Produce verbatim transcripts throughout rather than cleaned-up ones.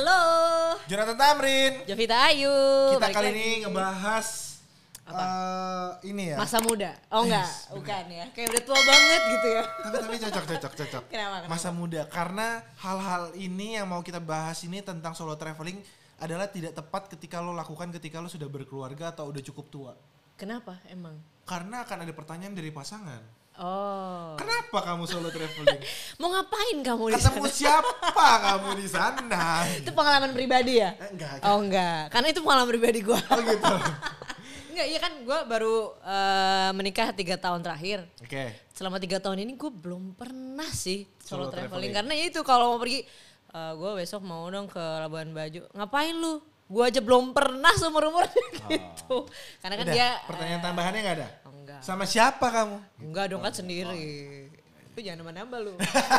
Halo. Jonathan Tamrin. Jovita Ayu. Kita Balik kali lagi. ini ngebahas Apa? Uh, ini ya. Masa muda. Oh enggak, Yes, bukan ya. Kayak udah tua banget gitu ya. Tapi tapi cocok cocok cocok. Kenapa, kenapa? Masa muda karena hal-hal ini yang mau kita bahas ini tentang solo traveling adalah tidak tepat ketika lo lakukan ketika lo sudah berkeluarga atau udah cukup tua. Kenapa emang? Karena akan ada pertanyaan dari pasangan. Oh. Kenapa kamu solo traveling? Mau ngapain kamu di Ketemu sana? siapa kamu di sana? Itu pengalaman pribadi ya? Eh, enggak, enggak. Oh enggak, karena itu pengalaman pribadi gue. Oh gitu. Enggak, iya kan gue baru uh, menikah tiga tahun terakhir. Oke. Okay. Selama tiga tahun ini gue belum pernah sih solo, Solo traveling. traveling. Karena ya itu kalau mau pergi, uh, gue besok mau dong ke Labuan Bajo. Ngapain lu? Gue aja belum pernah seumur-umur gitu. Karena kan Udah, dia. pertanyaan uh, tambahannya enggak ada? Oh, enggak. Sama siapa kamu? Enggak dong kan sendiri. Itu jangan nambah-nambah lu.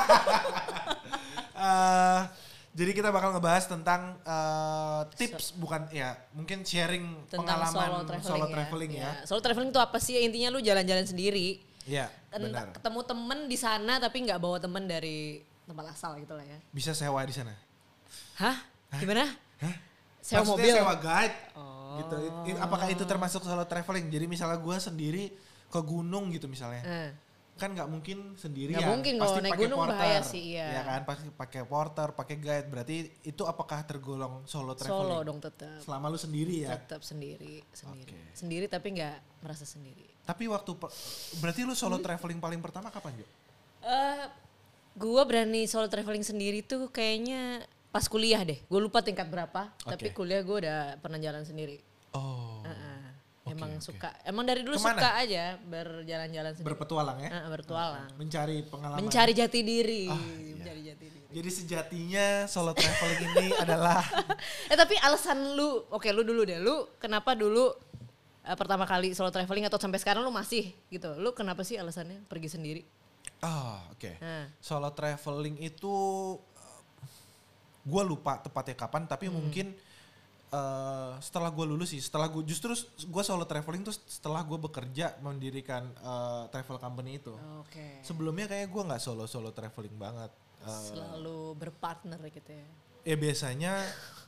Eh, jadi kita bakal ngebahas tentang eh, tips bukan ya mungkin sharing Tentang pengalaman solo traveling, solo ya. traveling ya. Ya, Solo traveling itu apa sih? Intinya lu jalan-jalan sendiri. Iya, Ken- benar. Ketemu temen di sana tapi nggak bawa temen dari tempat asal gitu lah ya. Bisa sewa di sana. Hah? Gimana? Hah? Sewa Maksudnya mobil? sewa guide. Oh. Gitu. I- Apakah itu termasuk solo traveling? Jadi misalnya gue sendiri ke gunung gitu misalnya. Eh. Kan nggak mungkin sendirian. Nggak mungkin kalau naik pakai gunung porter. bahaya sih, iya. Ya kan, pasti pakai porter, pakai guide. Berarti itu apakah tergolong solo traveling? Solo dong tetap. Selama lu sendiri ya. Tetap sendiri, sendiri. Oke. Sendiri tapi nggak merasa sendiri. Tapi waktu pe- berarti lu solo traveling paling pertama kapan, Jo? Eh, gua berani solo traveling sendiri tuh kayaknya pas kuliah deh. Gue lupa tingkat berapa, tapi Oke. kuliah gue udah pernah jalan sendiri. Oh. Heeh. Oke, Emang oke. suka, emang dari dulu Kemana? suka aja berjalan-jalan sendiri. Berpetualang ya? Heeh, bertualang. Mencari pengalaman. Mencari jati diri, Ah, iya. mencari jati diri. Jadi sejatinya solo traveling ini adalah Eh tapi alasan lu, oke lu dulu deh, lu kenapa dulu eh, pertama kali solo traveling atau sampai sekarang lu masih gitu? Lu kenapa sih alasannya pergi sendiri? ah oke. Nah. Solo traveling itu gue lupa tepatnya kapan tapi Hmm. mungkin eh, setelah gue lulus sih, setelah gue justru gue solo traveling tuh setelah gue bekerja mendirikan eh, travel company itu. Oke. Sebelumnya kayak gue nggak solo solo traveling banget. Eh, Selalu berpartner gitu ya. ya biasanya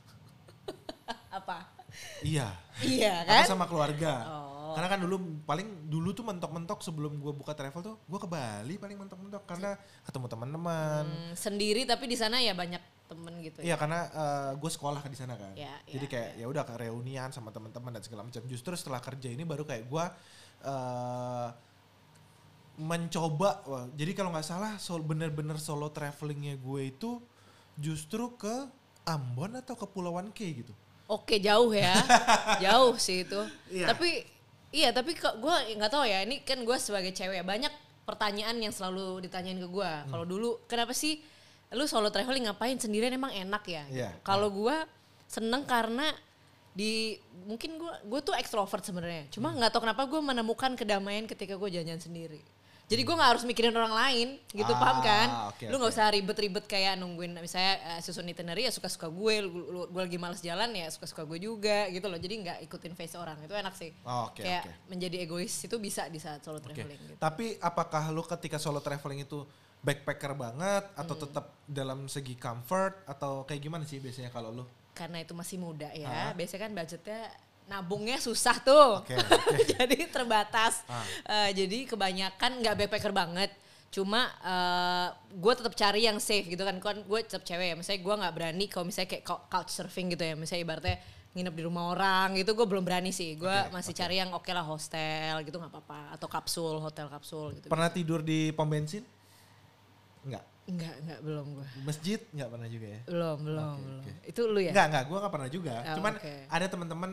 Apa? iya. Iya Atau kan? sama keluarga. Oh. Karena kan dulu paling dulu tuh mentok-mentok sebelum gue buka travel tuh gue ke Bali paling mentok-mentok karena ketemu teman-teman. Hmm, sendiri tapi di sana ya banyak temen gitu Iya ya. karena gue sekolah di sana kan. Ya, Jadi ya, kayak ya udah ke reunian sama teman-teman dan segala macam. Justru setelah kerja ini baru kayak gue uh, mencoba. Wah, jadi kalau nggak salah sol, bener-bener solo travelingnya gue itu justru ke Ambon atau Kepulauan K gitu. Oke jauh ya, jauh sih itu. Iya. Tapi iya tapi gue nggak tahu ya. Ini kan gue sebagai cewek banyak pertanyaan yang selalu ditanyain ke gue. Hmm. Kalau dulu kenapa sih lu solo traveling ngapain sendirian emang enak ya? Iya. Kalau gue seneng karena di mungkin gue gue tuh ekstrovert sebenarnya. Cuma nggak tahu kenapa gue menemukan kedamaian ketika gue jalan sendiri. Jadi gue nggak harus mikirin orang lain, gitu Ah, paham kan? oke, Lu nggak oke. usah ribet-ribet kayak nungguin misalnya uh, susun itinerary ya suka-suka gue, gue lagi males jalan ya suka-suka gue juga gitu loh. Jadi nggak ikutin face orang, itu enak sih. Oh, oke, kayak oke. menjadi egois itu bisa di saat solo Oke. traveling gitu. Tapi apakah lu ketika solo traveling itu backpacker banget atau Hmm. tetap dalam segi comfort atau kayak gimana sih biasanya kalau lu? Karena itu masih muda Ah. ya, biasanya kan budgetnya nabungnya susah tuh. Oke, oke. Jadi terbatas. Ah. Eh, jadi kebanyakan nggak backpacker banget. Cuma uh, gue tetap cari yang safe gitu kan. Kan gue tetap cewek ya. Misalnya gue nggak berani kalau misalnya kayak cou- couch surfing gitu ya. Misalnya ibaratnya nginep di rumah orang gitu. Gue belum berani sih. Gue Oke, masih oke. cari yang oke lah hostel gitu nggak apa-apa. Atau kapsul, hotel kapsul gitu. Pernah tidur di pom bensin? Enggak. Enggak, enggak belum gue. Masjid enggak pernah juga ya? Belum, belum, Oke, belum. oke. Itu lu ya? Enggak, enggak, gue enggak pernah juga. Oh, Cuman oke. ada teman-teman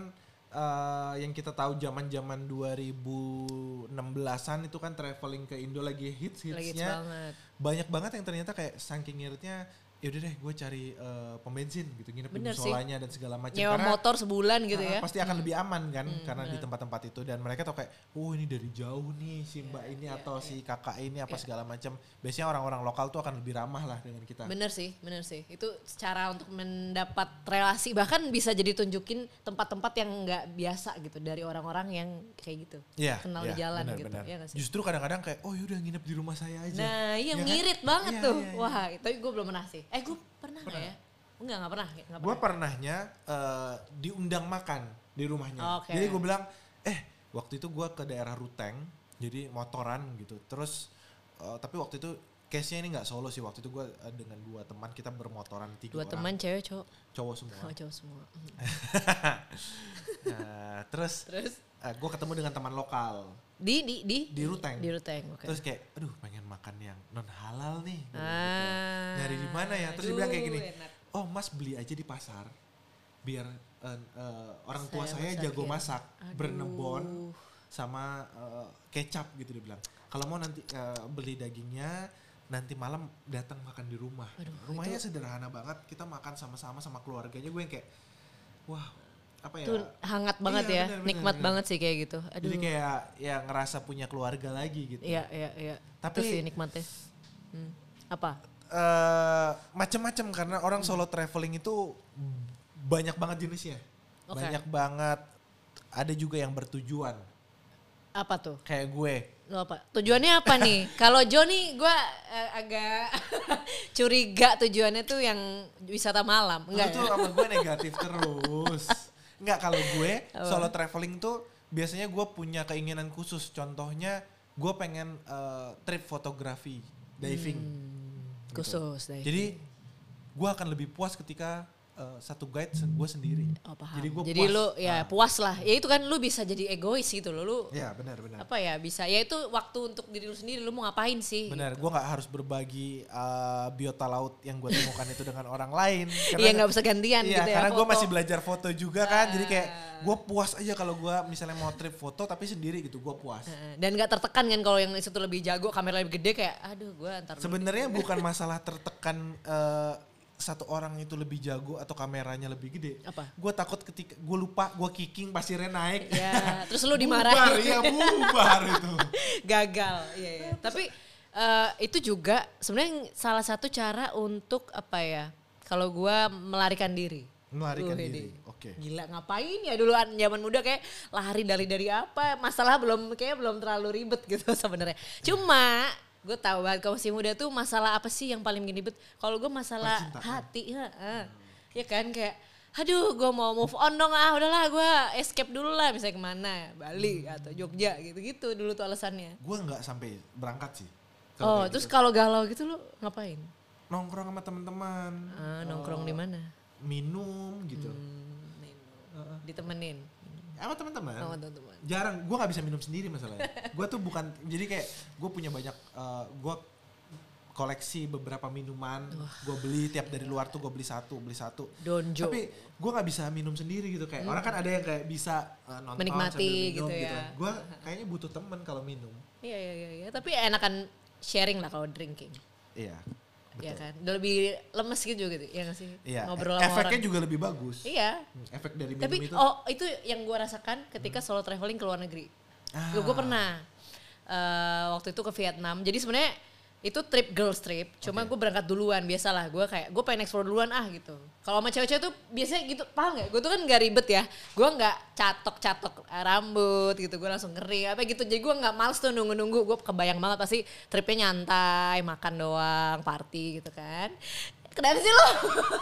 eh, yang kita tahu zaman-zaman dua ribu enam belasan itu kan traveling ke Indo lagi Lagi hits hits-hitsnya. banget. Banyak banget yang ternyata kayak saking ngiritnya yaudah deh gue cari eh, pom bensin gitu, nginep di Bener sih. musolanya dan segala macam. Nyewa Karena motor sebulan gitu ah, ya. pasti akan lebih aman kan Hmm, karena di benar. tempat-tempat itu dan mereka tau kayak oh ini dari jauh nih si mbak ini iya, atau iya. si kakak ini apa Iya. segala macam. Biasanya orang-orang lokal tuh akan lebih ramah lah dengan kita. Bener sih, bener sih. Itu cara untuk mendapat relasi, bahkan bisa jadi tunjukin tempat-tempat yang nggak biasa gitu dari orang-orang yang kayak gitu. Iya, Kenal iya, di jalan benar, gitu. benar. Iya nggak sih? Justru kadang-kadang kayak oh yaudah nginep di rumah saya aja. Nah iya Ya kan? ngirit banget Iya, tuh. iya, iya. Wah tapi gue belum pernah sih. Eh gue pernah nggak ya? Enggak, enggak pernah. Enggak Gue pernah. pernahnya uh, diundang makan di rumahnya. Okay. Jadi gue bilang, eh waktu itu gue ke daerah Ruteng, jadi motoran gitu. Terus uh, tapi waktu itu case-nya ini gak solo sih, waktu itu gue uh, dengan dua teman kita bermotoran tiga Dua orang. Dua teman cewek cowok? Cowok semua. Oh cowok semua. Nah, terus Terus? Uh, gue ketemu dengan teman lokal. Di di di Di Ruteng. Di Ruteng, oke. Terus kayak, aduh pengen makan yang non halal nih. Ah, gitu. Nyari di mana ya? Terus dia bilang kayak gini, enak. oh mas beli aja di pasar, biar uh, uh, orang tua Saya saya jago masakin. masak, Aduh. bernebon sama uh, kecap gitu dia bilang. Kalau mau nanti uh, beli dagingnya, nanti malam datang makan di rumah. Aduh, Rumahnya itu- sederhana banget, kita makan sama-sama sama keluarganya. Gue yang kayak, wah apa ya? Itu hangat banget Iya, ya, bener, bener, nikmat bener. banget sih kayak gitu. Aduh. Jadi kayak ya ngerasa punya keluarga lagi gitu. Iya, iya, iya. Tapi- Itu sih nikmatnya. Hmm. Apa? Uh, macem-macem karena orang solo traveling itu banyak banget jenisnya. Oke. Banyak banget. Ada juga yang bertujuan. Apa tuh? Kayak gue. Lo apa? Tujuannya apa nih? Kalau Joni gue uh, agak curiga tujuannya tuh yang wisata malam. Enggak Enggak tuh ya? sama gue negatif terus. Enggak, kalau gue Apa? solo traveling tuh biasanya gue punya keinginan khusus. Contohnya gue pengen uh, trip fotografi, diving. Gitu. Khusus deh. Jadi gue akan lebih puas ketika uh, satu guide sen- gue sendiri. Oh, paham. Jadi gue Jadi puas. lu ya Nah, puas lah. Ya itu kan lu bisa jadi egois gitu loh. Lu ya benar-benar. apa ya bisa. Ya itu waktu untuk diri lu sendiri. Lu mau ngapain sih? Benar, gue nggak harus berbagi uh, biota laut yang gue temukan itu dengan orang lain. Iya nggak bisa gantian Iya, gitu ya. karena gue foto. masih belajar foto juga kan, jadi kayak Ah. gue puas aja kalau gue misalnya mau trip foto tapi sendiri gitu, gue puas. Heeh. Dan gak tertekan kan kalau yang itu lebih jago, kamera lebih gede kayak aduh gue antar dulu. Sebenarnya bukan masalah tertekan uh, satu orang itu lebih jago atau kameranya lebih gede. Apa? Gue takut ketika gue lupa, gue kicking pasirnya naik. Ya, terus lu Bubar, dimarahin. iya bubar itu. Gagal. Iya, iya. Tapi eh, itu juga sebenarnya salah satu cara untuk apa ya? Kalau gue melarikan diri. Melarikan Uh, diri, ini. oke. Gila ngapain ya dulu an- zaman muda kayak lari dari dari apa? Masalah belum kayak belum terlalu ribet gitu sebenarnya. Cuma gue tahu banget kalau masih muda tuh masalah apa sih yang paling bikin ribet? Kalau gue masalah Percintaan. hati, ya, ah. ya kan kayak, aduh gue mau move on dong ah, udahlah gue escape dulu lah, misalnya kemana, Bali atau Jogja gitu-gitu dulu tuh alasannya. Gue nggak sampai berangkat sih. Kalau Oh, kayak terus gitu. kalau galau gitu lu ngapain? Nongkrong sama teman-teman. Ah, nongkrong di mana? Minum gitu. Hmm, ditemenin. Sama teman-teman. Sama teman-teman. Jarang, gue nggak bisa minum sendiri masalahnya. Gue tuh bukan, jadi kayak gue punya banyak, uh, gue koleksi beberapa minuman. Gue beli tiap dari luar tuh gue beli satu, beli satu. Donjo. Tapi gue nggak bisa minum sendiri gitu kayak orang kan ada yang kayak bisa uh, nonton Menikmati sambil minum gitu ya. Gue kayaknya butuh temen kalau minum. Iya, iya, iya, iya. Tapi enakan sharing lah kalau drinking. Iya. Iya Betul. kan? Udah lebih lemes gitu gitu, ya gak sih? Iya. Ngobrol sama Efeknya orang. juga lebih bagus. Iya. Hmm, Efek dari minum Tapi itu. oh itu yang gue rasakan ketika solo traveling ke luar negeri. Ah. Gue pernah eh, waktu itu ke Vietnam. Jadi sebenarnya itu trip girls trip. Cuma Oke. gue berangkat duluan biasalah. Gue kayak gue pengen explore duluan ah gitu. Kalau sama cewek-cewek tuh biasanya gitu, paham gak? Gue tuh kan gak ribet ya. Gue nggak catok-catok rambut gitu. Gue langsung kering apa gitu. Jadi gue nggak males tuh nunggu-nunggu. Gue kebayang banget pasti tripnya nyantai, makan doang, party gitu kan. Kenapa sih lo?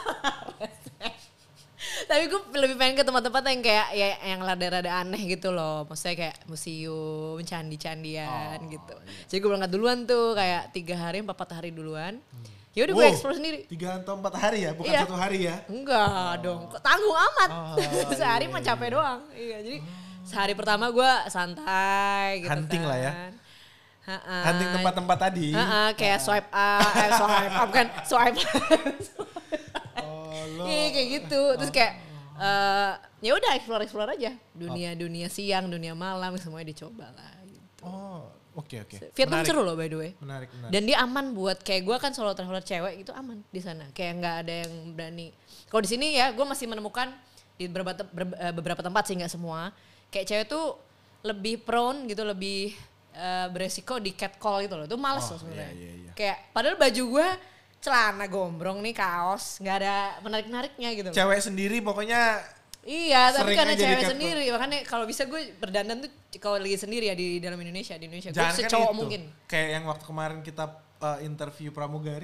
Tapi gue lebih pengen ke tempat-tempat yang kayak ya yang rada-rada aneh gitu loh. Maksudnya kayak museum, candi-candian Oh, gitu. iya. Jadi gue berangkat duluan tuh kayak tiga hari, empat, empat hari duluan. Ya udah gue Wow, explore sendiri. Tiga atau empat hari ya, bukan Iya. satu hari ya. Enggak dong, kok tanggung amat. Oh, Sehari iya, mah iya, capek iya. doang. Iya, jadi sehari pertama gue santai gitu Hunting kan. lah ya. Ha-ha. Hunting tempat-tempat tadi. Ha-ha, kayak swipe up, eh, swipe up kan, swipe Oh, lo. Iya kayak gitu. Terus kayak eh ya udah explore explore aja. Dunia dunia siang, dunia malam semuanya dicoba lah. Gitu. Oh, oke oke. Vietnam Menarik. seru loh by the way. Menarik, menarik. Dan dia aman buat kayak gue kan solo traveler cewek itu aman di sana. Kayak nggak ada yang berani. Kalau di sini ya gue masih menemukan di beberapa te- ber- eh, beberapa tempat sih nggak semua. Kayak cewek tuh lebih prone gitu, lebih eh, beresiko di catcall gitu loh. Itu males Oh, loh sebenarnya. iya, iya, iya. Kayak padahal baju gue celana gombrong nih, kaos, nggak ada menarik-nariknya gitu loh. Cewek sendiri pokoknya Iya, tapi Sering karena aja di cewek catcall. sendiri, makanya kalau bisa gue berdandan tuh kalau lagi sendiri ya di dalam Indonesia, di Indonesia gue jangan kan secowok itu. mungkin. Kayak yang waktu kemarin kita uh, interview pramugari.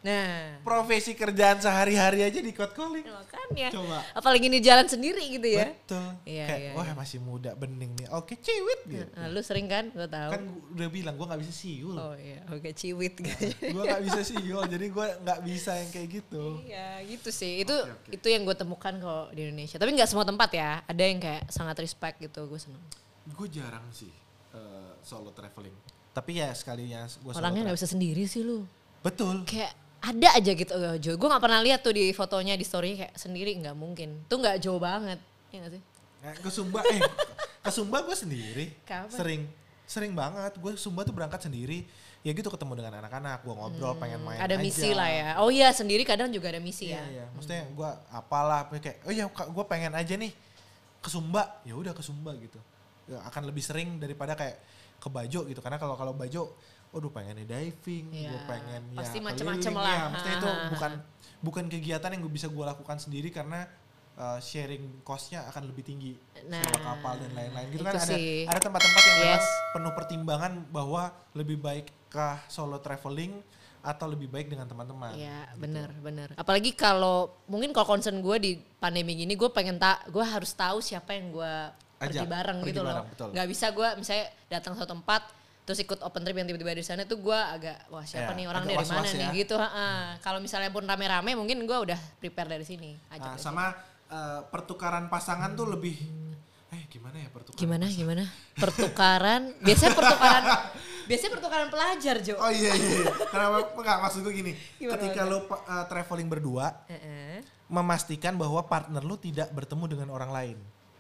Nah. Profesi kerjaan sehari-hari aja di cold calling. Makanya. Coba. Apalagi di jalan sendiri gitu ya. Betul. Iya, Kayak iya, wah iya. masih muda bening nih. Oke ciwit gitu. Nah, lu sering kan? Gue tahu. Kan gua udah bilang gue gak bisa siul. Oh iya, oke ciwit gitu. Gue gak bisa siul jadi gue gak bisa yang kayak gitu. Iya gitu sih. Itu Oke, oke. itu yang gue temukan kok di Indonesia. Tapi nggak semua tempat ya. Ada yang kayak sangat respect gitu. Gue seneng. Gue jarang sih uh, solo traveling. Tapi ya sekalinya gue solo Orangnya nggak traveling. bisa sendiri sih lu. Betul. Kayak ada aja gitu oh, Jo. Gue nggak pernah lihat tuh di fotonya di story kayak sendiri nggak mungkin. Tuh nggak jauh banget. Iya nggak sih? Eh, ke Sumba eh ke Sumba gue sendiri. Kapan? Sering sering banget. Gue Sumba tuh berangkat sendiri. Ya gitu ketemu dengan anak-anak. Gue ngobrol Hmm, pengen main ada aja. misi lah ya. Oh iya sendiri kadang juga ada misi Iya, ya. iya. Maksudnya gue apalah kayak oh ya gue pengen aja nih ke Sumba. Ya udah ke Sumba gitu. Ya, akan lebih sering daripada kayak ke Bajo gitu. Karena kalau kalau Bajo waduh pengen diving, Iya, gue pengen pasti ya macem-macem keliling, lah. ya. Maksudnya itu Ha, ha, ha. bukan bukan kegiatan yang gue bisa gue lakukan sendiri karena uh, sharing cost-nya akan lebih tinggi. Nah, sewa kapal dan lain-lain gitu itu kan ada sih. ada tempat-tempat yang memang Yes. penuh pertimbangan bahwa lebih baikkah solo traveling atau lebih baik dengan teman-teman. Iya gitu. benar benar. Apalagi kalau mungkin kalau concern gue di pandemi gini gue pengen tak gue harus tahu siapa yang gue pergi Ajak, bareng pergi gitu bareng, loh. betul. Gak bisa gue misalnya datang satu tempat terus ikut open trip yang tiba-tiba di sana tuh gue agak wah siapa Ya, nih orang agak dari was-was mana ya. nih gitu. Ha-ha. Kalau misalnya pun rame-rame mungkin gue udah prepare dari sini. Ajak Nah, aja. sama uh, pertukaran pasangan tuh lebih eh gimana ya pertukaran? Gimana pasangan? gimana? Pertukaran biasanya pertukaran biasanya pertukaran pelajar Jo. Oh iya iya. iya. Kenapa enggak maksud gue gini. Gimana, ketika gimana? lo uh, traveling berdua, Heeh. memastikan bahwa partner lo tidak bertemu dengan orang lain.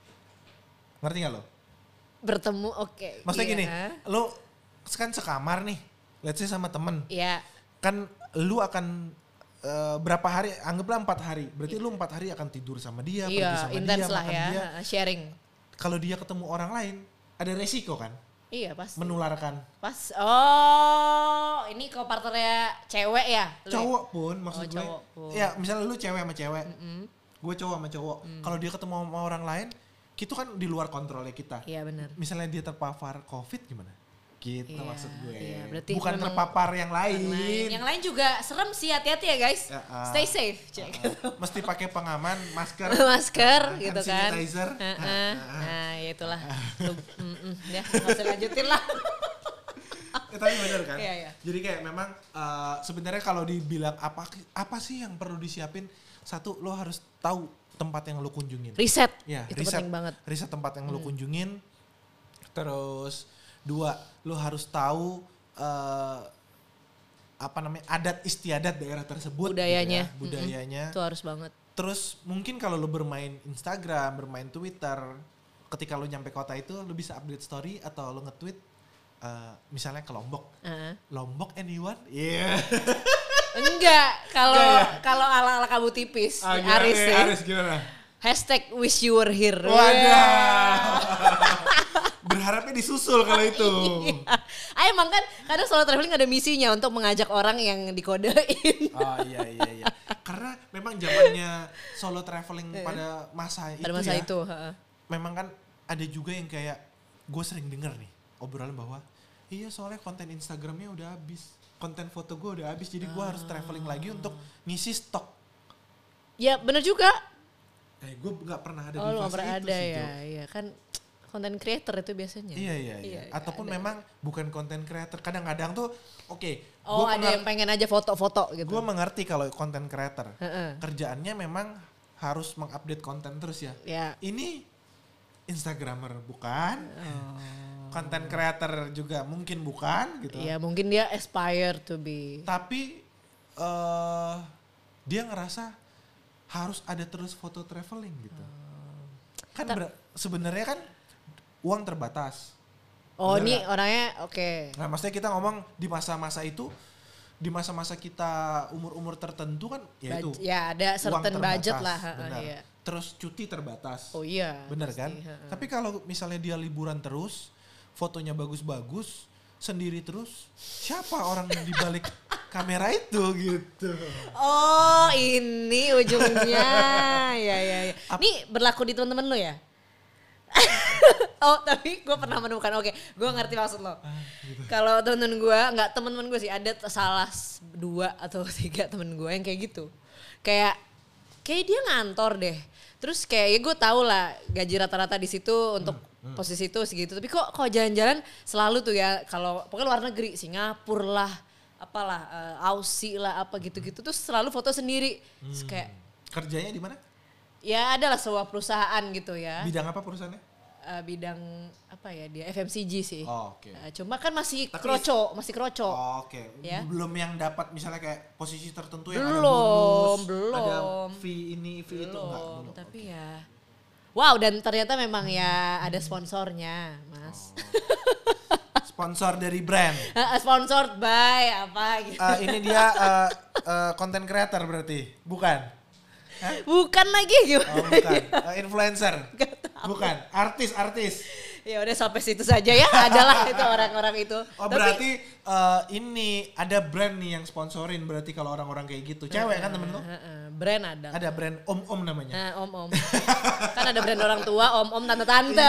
Ngerti gak lo? Bertemu oke. Maksudnya Iya. gini, lo kan sekamar nih, let's say sama temen. Iya. Kan lu akan uh, berapa hari, anggaplah empat hari. Berarti lu empat hari akan tidur sama dia, pergi Iya, sama intens dia, lah makan ya, dia. ha, sharing. Kalau dia ketemu orang lain, ada resiko kan? Iya pasti. Menularkan. Pas, oh ini kalau partnernya cewek ya? Lu ya? Cowok pun maksud Oh, gue. cowok pun. Ya misalnya lu cewek sama cewek, Mm-mm. gue cowok sama cowok. Mm. Kalau dia ketemu sama orang lain, itu kan di luar kontrolnya kita. Iya benar. Misalnya dia terpapar COVID gimana? Gitu Iya, maksud gue. iya, berarti Bukan memang terpapar yang lain. Yang lain. Yang lain juga serem sih, hati-hati ya guys. Ya, ah. Stay safe, cek. Mesti pakai pengaman, masker, Masker hand gitu kan. sanitizer. Heeh. Nah, ya itulah. Tuh, mm, mm, ya, nggak usah lanjutin lah. Ya, tapi bener kan? Iya, iya. Jadi kayak memang uh, sebenarnya kalau dibilang apa apa sih yang perlu disiapin? Satu, lo harus tahu tempat yang lo kunjungin. Riset, Ya, itu riset, penting banget. riset tempat yang lo Hmm. kunjungin. Terus dua, lo harus tahu uh, apa namanya adat istiadat daerah tersebut, gitu Budayanya. ya, budayanya. Itu harus banget. Terus mungkin kalau lo bermain Instagram, bermain Twitter, ketika lo nyampe kota itu lo bisa update story atau lo nge-tweet uh, misalnya ke Lombok. Heeh. Lombok anyone? Iya. Enggak, kalau Enggak ya? kalau ala-ala kabu tipis, Ah, Aris nih, ya. Aris gimana? Hashtag wish you were here. Wadah. Berharapnya disusul kalau itu. Ah emang kan kadang solo traveling ada misinya untuk mengajak orang yang dikodein. Oh iya iya iya. Karena memang zamannya solo traveling pada masa itu Pada masa ya. itu. heeh. Memang kan ada juga yang kayak gue sering denger nih obrolan bahwa iya soalnya konten Instagramnya udah habis, konten foto gue udah habis, jadi gue harus traveling lagi untuk ngisi stok. Ya bener juga. Eh gue nggak pernah ada Oh di lu fase gak pernah itu ada sih, ya. Jo. Iya kan konten creator itu biasanya. Iya iya iya. Iya, Ataupun ada. memang bukan konten creator. Kadang-kadang tuh oke. Oh gua ada pengen- yang pengen aja foto-foto gitu. Gue mengerti kalau konten creator. Heeh. Kerjaannya memang harus mengupdate konten terus ya. Ya. Ini Instagramer bukan, Oh. konten creator juga mungkin bukan gitu. Iya mungkin dia aspire to be. Tapi eh dia ngerasa harus ada terus foto traveling gitu. Kan ber- sebenarnya kan uang terbatas. Oh Bener ini nggak? orangnya oke. Nah maksudnya kita ngomong di masa-masa itu, di masa-masa kita umur-umur tertentu kan ya itu. Baj- ya ada uang certain budget terbatas, lah. heeh, benar. iya. Terus cuti terbatas. Oh iya. Bener pasti, kan? heeh. Tapi kalau misalnya dia liburan terus, fotonya bagus-bagus, sendiri terus, siapa orang di balik kamera itu gitu. Oh ini ujungnya. ya ya ya. Ap- Ini berlaku di teman-teman lo ya? Oh tapi gue pernah menemukan, oke gue ngerti maksud lo. Gitu. Kalau temen-temen gue, nggak temen-temen gue sih, ada salah dua atau tiga temen gue yang kayak gitu. Kayak kayak dia ngantor deh. Terus kayak ya gue tau lah gaji rata-rata di situ untuk hmm, hmm. posisi itu segitu. Tapi kok kalau jalan-jalan selalu tuh ya, kalau pokoknya luar negeri, Singapura lah, apalah, uh, Aussie lah, apa gitu-gitu tuh selalu foto sendiri. Hmm. Terus kayak kerjanya di mana? Ya adalah sebuah perusahaan gitu ya. Bidang apa perusahaannya? Uh, bidang apa ya dia F M C G sih. Oh, oke. Okay. Uh, cuma kan masih Tapi, kroco, masih kroco. Oh, oke. Okay. Ya? Belum yang dapat misalnya kayak posisi tertentu yang belum, ada bonus, belum. ada fee ini, fee belum. itu enggak. Belum. Tapi okay. ya wow, dan ternyata memang ya ada sponsornya, Mas. Oh. Sponsor dari brand. Uh, sponsored by apa gitu. Uh, ini dia uh, uh, content creator berarti, bukan? Hah? Bukan lagi gimana? Oh, bukan. Uh, influencer. Bukan, artis-artis. Ya udah sampai situ saja ya, adalah itu orang-orang itu. Oh, tapi, berarti uh, ini ada brand nih yang sponsorin berarti kalau orang-orang kayak gitu. Cewek uh, kan temen lu? Uh, uh, brand ada. Ada brand om-om namanya. Uh, om-om. Kan ada brand orang tua, om-om, tante-tante.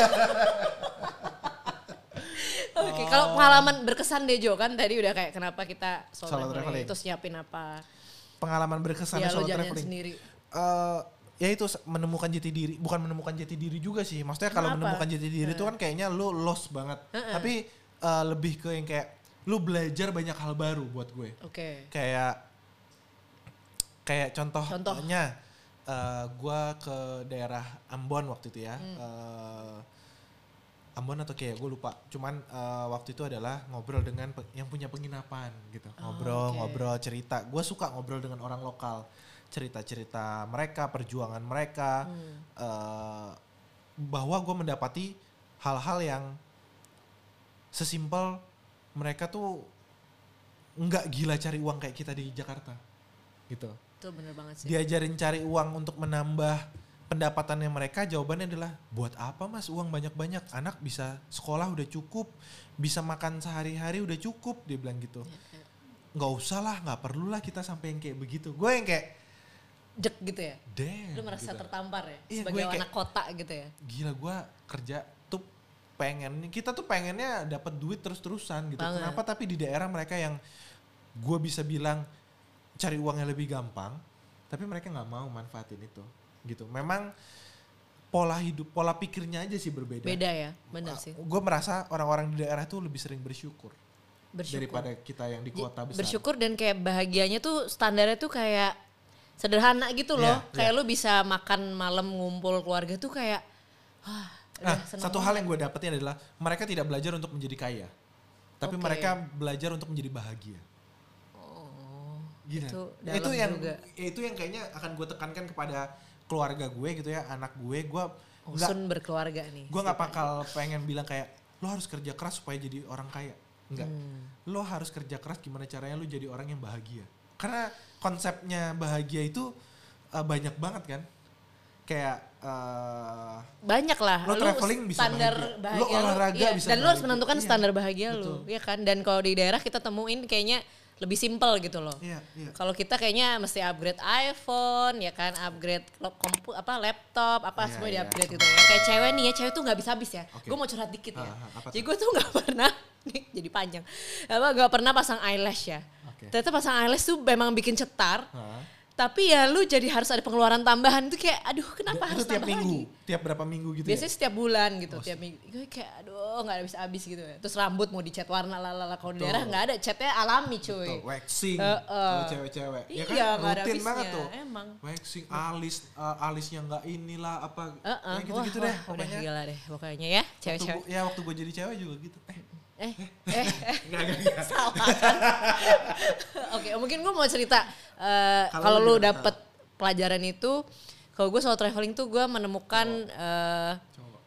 Oke, okay, oh. Kalau pengalaman berkesan deh Jo, kan tadi udah kayak kenapa kita solo, solo traveling, terus nyiapin apa? Pengalaman berkesan ya, solo traveling. Sendiri. Uh, ya itu menemukan jati diri, bukan menemukan jati diri juga sih. Maksudnya kalau menemukan jati diri itu uh. kan kayaknya lu lost banget. Uh-uh. Tapi uh, lebih ke yang kayak lu belajar banyak hal baru buat gue. Oke. Okay. Kayak kayak contoh, contohnya uh, gue ke daerah Ambon waktu itu ya. Hmm. Uh, Ambon atau kayak gue lupa. Cuman uh, waktu itu adalah ngobrol dengan pe- yang punya penginapan gitu. Oh, ngobrol, okay. ngobrol, cerita. Gue suka ngobrol dengan orang lokal. Cerita-cerita mereka, perjuangan mereka. Hmm. Uh, bahwa gue mendapati hal-hal yang sesimpel mereka tuh nggak gila cari uang kayak kita di Jakarta. Gitu. Itu bener banget sih. Diajarin cari uang untuk menambah pendapatannya mereka, jawabannya adalah buat apa mas uang banyak-banyak, anak bisa sekolah udah cukup, bisa makan sehari-hari udah cukup, dia bilang gitu. Nggak usah lah, nggak perlu lah kita sampai yang kayak begitu. Gue yang kayak jek gitu ya. Damn, lu merasa gitu. Tertampar ya, iya, sebagai kayak, anak kota gitu ya. Gila, gue kerja tuh pengen, kita tuh pengennya dapat duit terus-terusan gitu. Banget. Kenapa tapi di daerah mereka yang gue bisa bilang cari uangnya lebih gampang, tapi mereka nggak mau manfaatin itu. Gitu. Memang pola hidup, pola pikirnya aja sih berbeda. Beda ya, benar sih. Gue merasa orang-orang di daerah tuh lebih sering bersyukur, bersyukur daripada kita yang di kota besar. Bersyukur dan kayak bahagianya tuh standarnya tuh kayak sederhana gitu loh. Yeah, kayak yeah. lu bisa makan malam ngumpul keluarga tuh kayak wah, nah, satu hal yang gue dapetin adalah mereka tidak belajar untuk menjadi kaya, tapi okay. mereka belajar untuk menjadi bahagia. Oh, Gila. Itu, itu yang juga. Itu yang kayaknya akan gue tekankan kepada keluarga gue gitu ya, anak gue, gue usun berkeluarga nih. Gue nggak bakal pengen bilang kayak lo harus kerja keras supaya jadi orang kaya, enggak. Hmm. Lo harus kerja keras gimana caranya lo jadi orang yang bahagia. Karena konsepnya bahagia itu uh, banyak banget kan, kayak uh, banyak lah. Lo traveling bisa standar bahagia, bahagia lo olahraga iya, bisa dan bahagia. Lo harus menentukan iya. standar bahagia Betul. lo, ya kan. Dan kalau di daerah kita temuin kayaknya lebih simpel gitu loh. Iya, iya. Kalau kita kayaknya mesti upgrade iPhone, ya kan, upgrade kompu, apa laptop, apa iya, semua iya. di-upgrade gitu ya. Kayak cewek nih ya, cewek tuh nggak bisa habis ya. Okay. Gue mau curhat dikit ya. Uh, Jadi gue tuh nggak pernah, jadi panjang, apa nggak pernah pasang eyelash ya. Okay. Ternyata pasang eyelash tuh memang bikin cetar. Uh. Tapi ya lu jadi harus ada pengeluaran tambahan itu kayak aduh kenapa D- harus itu tiap tambah minggu, lagi? Tiap berapa minggu gitu? Biasanya ya? setiap bulan gitu, oh, tiap minggu. Gue kayak aduh nggak habis habis gitu ya. Terus rambut mau dicat warna lalala, kalau di daerah nggak ada, catnya alami cuy. Betul. Waxing, uh, uh. kalau cewek-cewek. Iya, ya kan rutin banget tuh. Emang. Waxing, alis, uh, alisnya nggak inilah apa, uh, uh. gitu-gitu wah, deh. Wah, pokoknya. Udah gila deh pokoknya ya cewek-cewek. Ya waktu gue jadi cewek juga gitu. Eh. Eh, eh, eh, nggak, nggak, salah kan? Oke, mungkin gue mau cerita uh, kalau lu dapet pelajaran itu, kalau gue soal traveling tuh gue menemukan uh,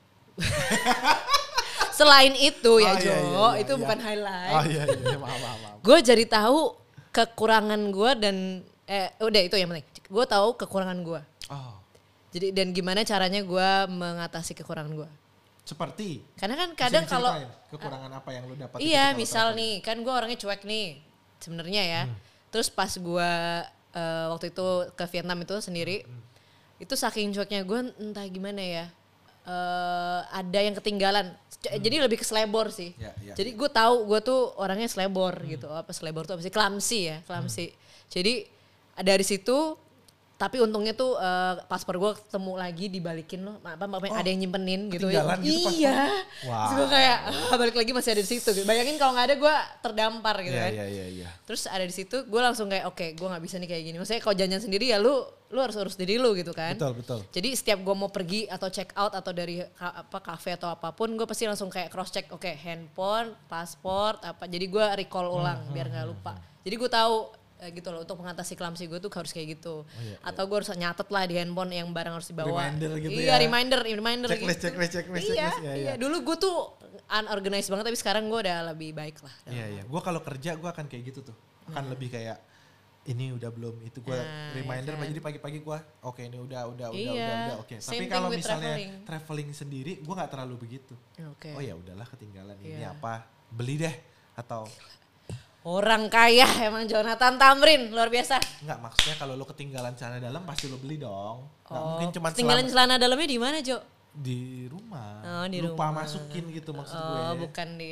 selain itu ya oh, Jo, iya, iya, iya, itu iya. bukan highlight. Oh iya iya, maaf maaf. maaf. Gue jadi tahu kekurangan gue dan eh udah itu yang penting. Gue tahu kekurangan gue. Oh. Jadi dan gimana caranya gue mengatasi kekurangan gue. Seperti? Karena kan kadang kalau kekurangan apa yang lu dapat? Iya, misal traveling. Nih, kan gue orangnya cuek nih, sebenarnya ya. Hmm. Terus pas gue uh, waktu itu ke Vietnam itu sendiri, hmm. itu saking cueknya gue entah gimana ya, uh, ada yang ketinggalan. Hmm. Jadi lebih ke selebor sih. Ya, ya, Jadi ya. gue tahu gue tuh orangnya selebor hmm. gitu. Apa selebor tuh apa sih? Clumsy ya, clumsy. Hmm. Jadi dari situ, tapi untungnya tuh uh, paspor gue ketemu lagi dibalikin loh. Apa, apa oh, ada yang nyimpenin gitu ya. Gitu iya. Wow. Terus gue kayak ah, balik lagi masih ada di situ. Gitu. Bayangin kalau nggak ada gue terdampar gitu yeah, kan. Yeah, yeah, yeah. Terus ada di situ gue langsung kayak oke okay, gue nggak bisa nih kayak gini. Maksudnya kalau jalan sendiri ya lu lu harus urus diri lu gitu kan. Betul betul. Jadi setiap gue mau pergi atau check out atau dari apa kafe atau apapun gue pasti langsung kayak cross check oke okay, handphone, paspor apa. Jadi gue recall ulang hmm, biar nggak hmm, lupa. Hmm. Jadi gue tahu gitu loh untuk mengatasi clumsy gue tuh harus kayak gitu. Oh, iya, atau gue harus nyatet lah di handphone yang barang harus dibawa. Reminder gitu iya, ya. reminder, reminder checklist, gitu. Checklist, checklist, iya, checklist. Iya, iya. Dulu gue tuh unorganized banget tapi sekarang gue udah lebih baik lah. Iya, iya. Gue kalau kerja gue akan kayak gitu tuh. Akan hmm. lebih kayak ini udah belum itu gue nah, reminder ya kan. Jadi pagi-pagi gue oke okay, ini udah udah iya. udah udah udah oke. Okay. Tapi kalau misalnya traveling. traveling sendiri gue nggak terlalu begitu. Okay. Oh ya udahlah ketinggalan yeah. ini apa beli deh atau orang kaya emang Jonathan Tamrin luar biasa. Enggak maksudnya kalau lo ketinggalan celana dalam pasti lo beli dong. Nggak oh, mungkin cuma ketinggalan celana dalamnya di mana Jo? Di rumah. Oh, di lupa rumah. masukin gitu maksud oh, gue. Oh bukan di.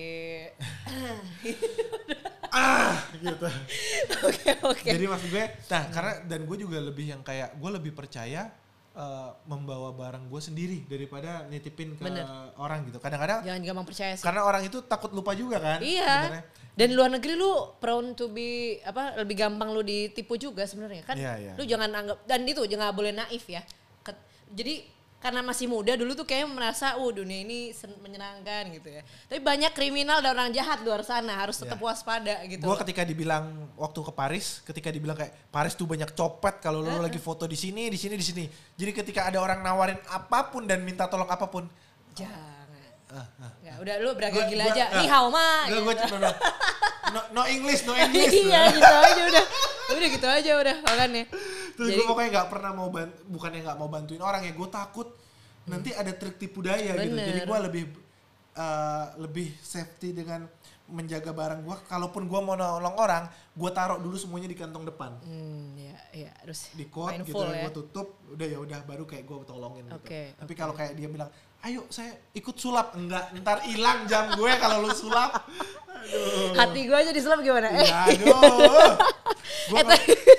ah gitu. Oke oke. Okay, okay. Jadi maksud gue, nah karena dan gue juga lebih yang kayak gue lebih percaya uh, membawa barang gue sendiri daripada nitipin ke Bener. orang gitu. Kadang-kadang. Jangan gampang percaya sih. Karena orang itu takut lupa juga kan. Iya. Sebenarnya. Dan di luar negeri lu prone to be apa lebih gampang lu ditipu juga sebenarnya kan. Iya, iya. Lu jangan anggap dan itu jangan boleh naif ya. Ket, jadi karena masih muda dulu tuh kayak merasa oh dunia ini menyenangkan gitu ya. Tapi banyak kriminal dan orang jahat di luar sana harus tetap yeah. waspada gitu. Gue ketika dibilang waktu ke Paris, ketika dibilang kayak Paris tuh banyak copet kalau lu uh-uh. lagi foto di sini, di sini, di sini. Jadi ketika ada orang nawarin apapun dan minta tolong apapun, jangan. Uh, uh, ya udah lu beragam gua, gila gua, aja. Uh, Ni hao ma. Gak gue cuma no, no, no English, no English. Iya gitu aja udah. Udah gitu aja udah makanya. Terus gue pokoknya gak pernah mau bantu, bukannya gak mau bantuin orang ya, gue takut hmm. nanti ada trik tipu daya Bener. gitu. Jadi gue lebih uh, lebih safety dengan menjaga barang gue. Kalaupun gue mau nolong orang, gue taruh dulu semuanya di kantong depan. Hmm, ya, ya, harus di coat gitu, ya. gue tutup, udah ya udah baru kayak gue tolongin okay, gitu. Tapi okay. kalau kayak dia bilang, ayo saya ikut sulap, enggak, ntar hilang jam gue kalau lu sulap. Aduh. Hati gue aja disulap gimana? Ya, aduh. Gua eh,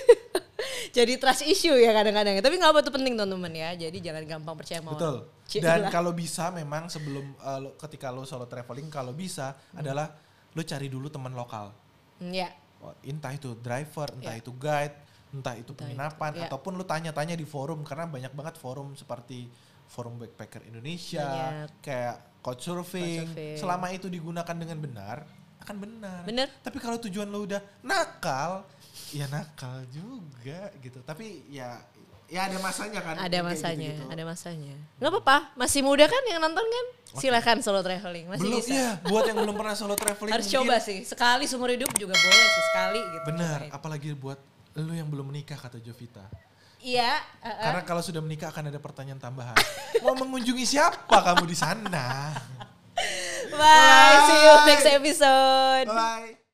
jadi trust issue ya kadang-kadang. Tapi nggak apa itu penting teman-teman ya. Jadi jangan gampang percaya sama Betul. orang. Dan kalau bisa memang sebelum uh, ketika lo solo traveling kalau bisa hmm. adalah lo cari dulu teman lokal. Iya. Yeah. Entah itu driver, entah yeah. itu guide, entah itu entah penginapan itu. Yeah. Ataupun lo tanya-tanya di forum karena banyak banget forum seperti forum backpacker Indonesia, banyak. kayak Couchsurfing. Couchsurfing. Selama itu digunakan dengan benar, akan benar. Bener. Tapi kalau tujuan lo udah nakal, ya nakal juga gitu. Tapi ya ya ada masanya kan. Ada masanya, gitu-gitu. ada masanya. Gak apa-apa, masih muda kan yang nonton kan? Okay. Silakan solo traveling, masih belum, bisa. Iya, buat yang belum pernah solo traveling harus mungkin, coba sih, sekali seumur hidup juga boleh sih, sekali gitu. Benar, apalagi buat lu yang belum menikah kata Jovita. Iya. Uh, uh. Karena kalau sudah menikah akan ada pertanyaan tambahan. Mau mengunjungi siapa kamu di sana? Bye, Bye. See you next episode. Bye.